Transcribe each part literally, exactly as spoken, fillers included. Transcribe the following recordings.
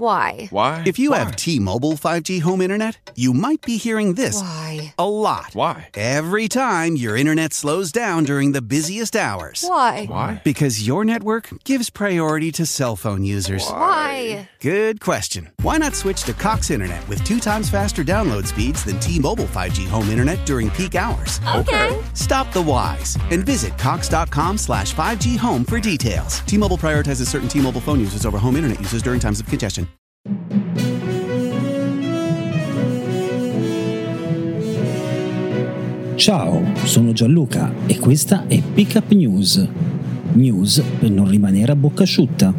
Why? Why? If you Why? have T-Mobile five G home internet, you might be hearing this Why? a lot. Why? Every time your internet slows down during the busiest hours. Why? Why? Because your network gives priority to cell phone users. Why? Good question. Why not switch to Cox Internet with two times faster download speeds than T-Mobile five G home internet during peak hours? Okay. Stop the whys and visit cox.com slash 5G home for details. T-Mobile prioritizes certain T-Mobile phone users over home internet users during times of congestion. Ciao, sono Gianluca e questa è Pick Up News. News per non rimanere a bocca asciutta.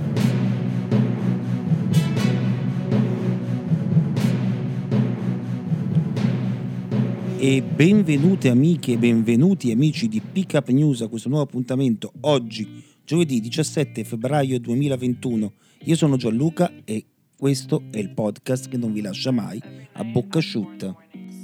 E benvenute amiche e benvenuti amici di Pick Up News a questo nuovo appuntamento oggi, giovedì diciassette febbraio duemilaventuno. Io sono Gianluca e questo è il podcast che non vi lascia mai a bocca asciutta.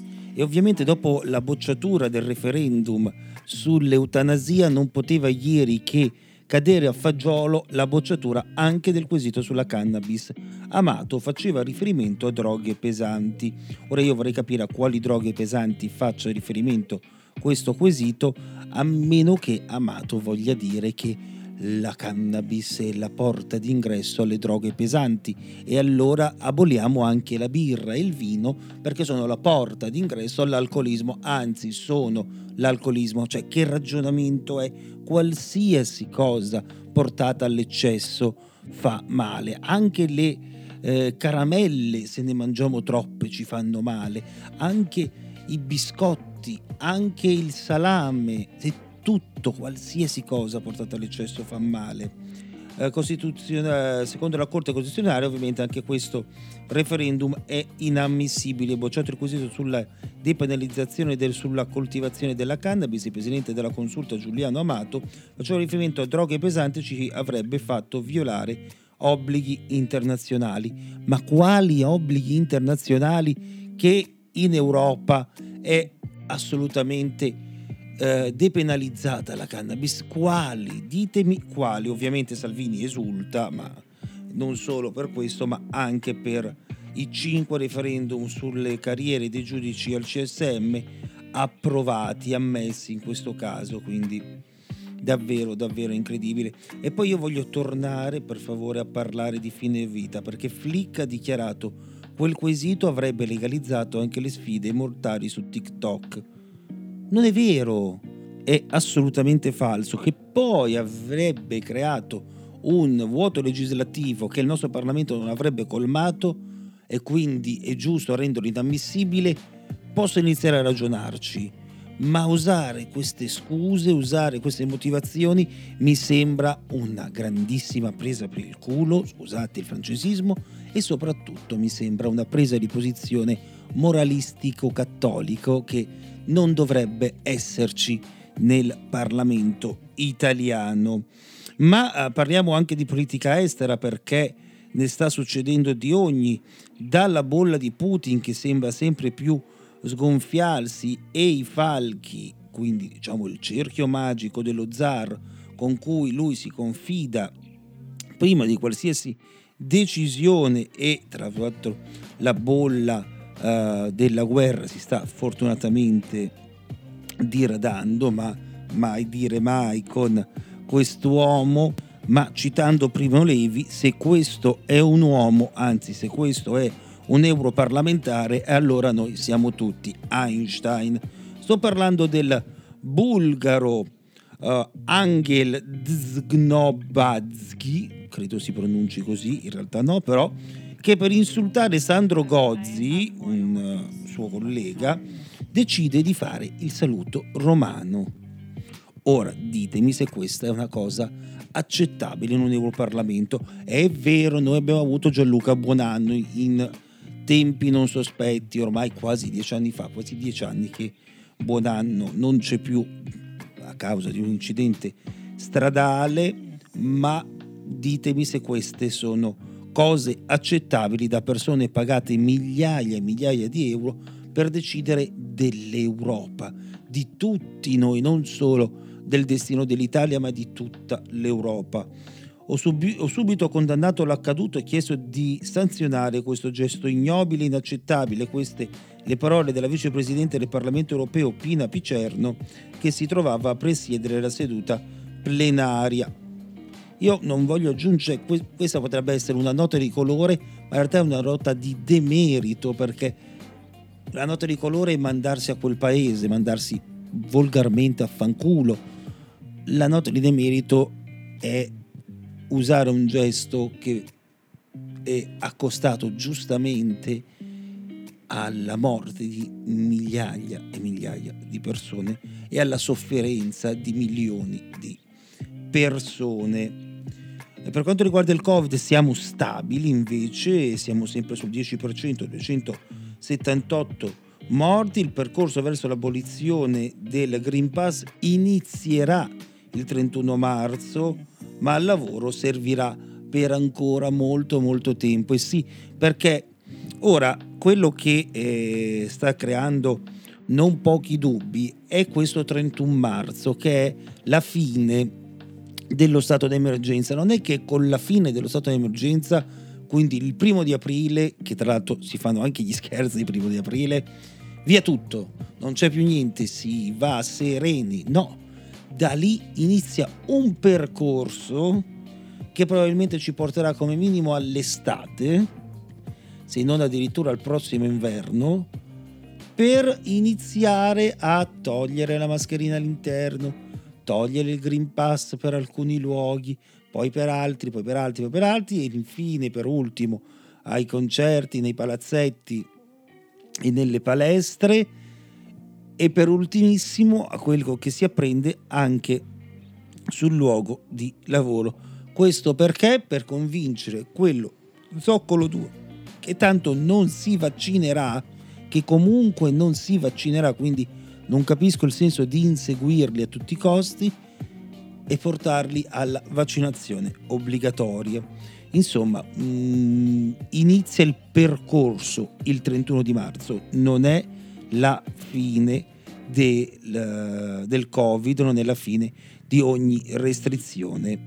E ovviamente dopo la bocciatura del referendum sull'eutanasia non poteva ieri che cadere a fagiolo la bocciatura anche del quesito sulla cannabis. Amato faceva riferimento a droghe pesanti. Ora io vorrei capire a quali droghe pesanti faccia riferimento questo quesito, a meno che Amato voglia dire che la cannabis è la porta d'ingresso alle droghe pesanti e allora aboliamo anche la birra e il vino perché sono la porta d'ingresso all'alcolismo, anzi sono l'alcolismo. Cioè, che ragionamento è? Qualsiasi cosa portata all'eccesso fa male, anche le eh, caramelle, se ne mangiamo troppe, ci fanno male, anche i biscotti, anche il salame, se tutto, qualsiasi cosa portata all'eccesso fa male. Eh, costituzione, secondo la Corte Costituzionale ovviamente anche questo referendum è inammissibile. Bocciato il quesito sulla depenalizzazione del, sulla coltivazione della cannabis, il presidente della Consulta Giuliano Amato faceva riferimento a droghe pesanti, ci avrebbe fatto violare obblighi internazionali. Ma quali obblighi internazionali che in Europa è assolutamente Eh, depenalizzata la cannabis? Quali? Ditemi quali. Ovviamente Salvini esulta, ma non solo per questo, ma anche per i cinque referendum sulle carriere dei giudici al C S M approvati, ammessi in questo caso, quindi davvero davvero incredibile. E poi io voglio tornare per favore a parlare di fine vita, perché Flick ha dichiarato quel quesito avrebbe legalizzato anche le sfide mortali su TikTok. Non è vero, è assolutamente falso, che poi avrebbe creato un vuoto legislativo che il nostro Parlamento non avrebbe colmato e quindi è giusto renderlo inammissibile. Posso iniziare a ragionarci, ma usare queste scuse, usare queste motivazioni mi sembra una grandissima presa per il culo, scusate il francesismo, e soprattutto mi sembra una presa di posizione moralistico-cattolico che non dovrebbe esserci nel Parlamento italiano. Ma eh, parliamo anche di politica estera, perché ne sta succedendo di ogni, dalla bolla di Putin che sembra sempre più sgonfiarsi e i falchi, quindi diciamo il cerchio magico dello zar con cui lui si confida prima di qualsiasi decisione, e tra l'altro la bolla Uh, della guerra si sta fortunatamente diradando, ma mai dire mai con quest'uomo. Ma citando Primo Levi, se questo è un uomo, anzi se questo è un europarlamentare, allora noi siamo tutti Einstein. Sto parlando del bulgaro uh, Angel Dzgnobadzki, credo si pronunci così, in realtà no, però, che per insultare Sandro Gozzi, un uh, suo collega, decide di fare il saluto romano. Ora ditemi se questa è una cosa accettabile in un Europarlamento. È vero, noi abbiamo avuto Gianluca Buonanno in tempi non sospetti, ormai quasi dieci anni fa, quasi dieci anni che Buonanno non c'è più a causa di un incidente stradale, ma ditemi se queste sono cose accettabili da persone pagate migliaia e migliaia di euro per decidere dell'Europa, di tutti noi, non solo del destino dell'Italia, ma di tutta l'Europa. Ho, subi- ho subito condannato l'accaduto e chiesto di sanzionare questo gesto ignobile e inaccettabile. Queste le parole della vicepresidente del Parlamento europeo Pina Picerno, che si trovava a presiedere la seduta plenaria. Io non voglio aggiungere, questa potrebbe essere una nota di colore, ma in realtà è una nota di demerito, perché la nota di colore è mandarsi a quel paese, mandarsi volgarmente a fanculo. La nota di demerito è usare un gesto che è accostato giustamente alla morte di migliaia e migliaia di persone e alla sofferenza di milioni di persone. E per quanto riguarda il Covid siamo stabili, invece siamo sempre sul dieci per cento, duecentosettantotto morti. Il percorso verso l'abolizione del Green Pass inizierà il trentuno marzo, ma al lavoro servirà per ancora molto molto tempo. E sì, perché ora quello che eh, sta creando non pochi dubbi è questo trentuno marzo, che è la fine dello stato d'emergenza. Non è che con la fine dello stato d'emergenza, quindi il primo di aprile, che tra l'altro si fanno anche gli scherzi il primo di aprile, via tutto, non c'è più niente, si va sereni. No, da lì inizia un percorso che probabilmente ci porterà come minimo all'estate, se non addirittura al prossimo inverno, per iniziare a togliere la mascherina all'interno, togliere il Green Pass per alcuni luoghi, poi per altri, poi per altri, poi per altri, e infine, per ultimo, ai concerti, nei palazzetti e nelle palestre, e per ultimissimo a quello che si apprende anche sul luogo di lavoro. Questo perché? Per convincere quello zoccolo due che tanto non si vaccinerà, che comunque non si vaccinerà, quindi non capisco il senso di inseguirli a tutti i costi, e portarli alla vaccinazione obbligatoria. Insomma, mh, inizia il percorso il trentuno di marzo, non è la fine del, del Covid, non è la fine di ogni restrizione.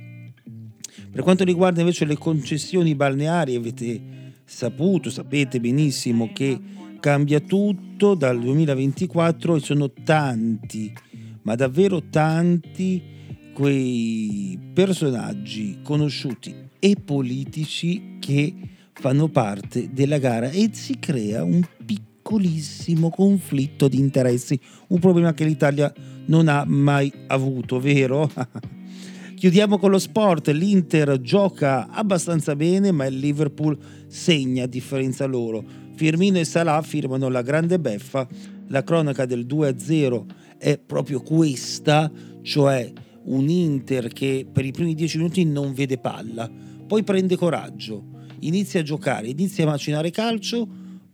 Per quanto riguarda invece le concessioni balneari, avete saputo, sapete benissimo che cambia tutto dal duemilaventiquattro, e sono tanti, ma davvero tanti, quei personaggi conosciuti e politici che fanno parte della gara, e si crea un piccolissimo conflitto di interessi, un problema che l'Italia non ha mai avuto, vero? Chiudiamo con lo sport. L'Inter gioca abbastanza bene, ma il Liverpool segna a differenza loro. Firmino e Salah firmano la grande beffa. La cronaca del due a zero è proprio questa, cioè un Inter che per i primi dieci minuti non vede palla, poi prende coraggio, inizia a giocare, inizia a macinare calcio,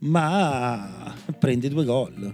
ma prende due gol.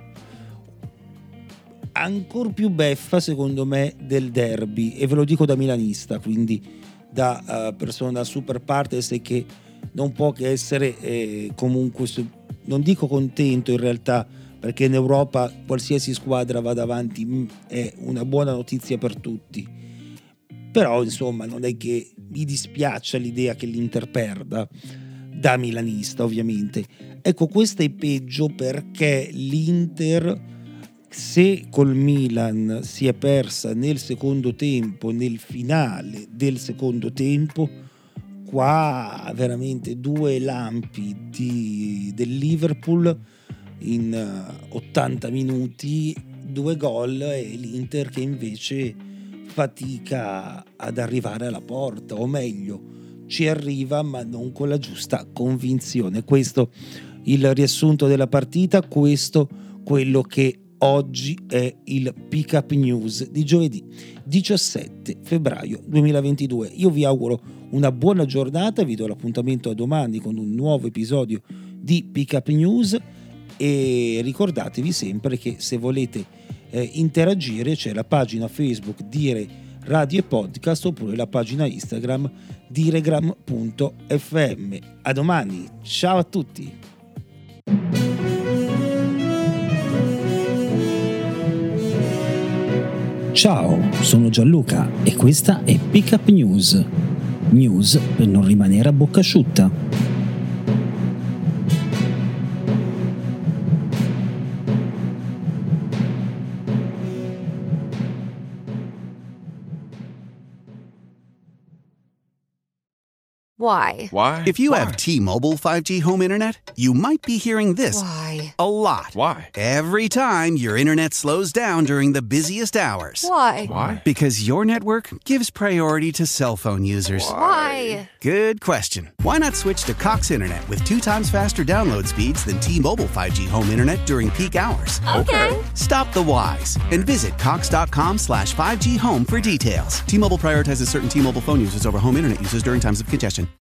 Ancor più beffa secondo me del derby, e ve lo dico da milanista, quindi da uh, persona super partes, e che non può che essere eh, comunque, non dico contento in realtà, perché in Europa qualsiasi squadra vada avanti è una buona notizia per tutti, però insomma non è che mi dispiaccia l'idea che l'Inter perda, da milanista ovviamente. Ecco, questo è peggio, perché l'Inter, se col Milan si è persa nel secondo tempo, nel finale del secondo tempo, qua veramente due lampi di, del Liverpool in ottanta minuti, due gol, e l'Inter che invece fatica ad arrivare alla porta, o meglio ci arriva ma non con la giusta convinzione. Questo il riassunto della partita, questo quello che oggi è il Pick Up News di giovedì diciassette febbraio duemilaventidue. Io vi auguro una buona giornata, vi do l'appuntamento a domani con un nuovo episodio di Pick Up News, e ricordatevi sempre che se volete eh, interagire c'è la pagina Facebook Dire Radio e Podcast, oppure la pagina Instagram diregram punto effe emme. A domani, ciao a tutti. Ciao, sono Gianluca e questa è Pick Up News. News per non rimanere a bocca asciutta. Why? Why? If you Why? have T-Mobile five G home internet, you might be hearing this Why? a lot. Why? Every time your internet slows down during the busiest hours. Why? Why? Because your network gives priority to cell phone users. Why? Good question. Why not switch to Cox Internet with two times faster download speeds than T-Mobile five G home internet during peak hours? Okay. Stop the whys and visit cox.com slash 5G home for details. T-Mobile prioritizes certain T-Mobile phone users over home internet users during times of congestion.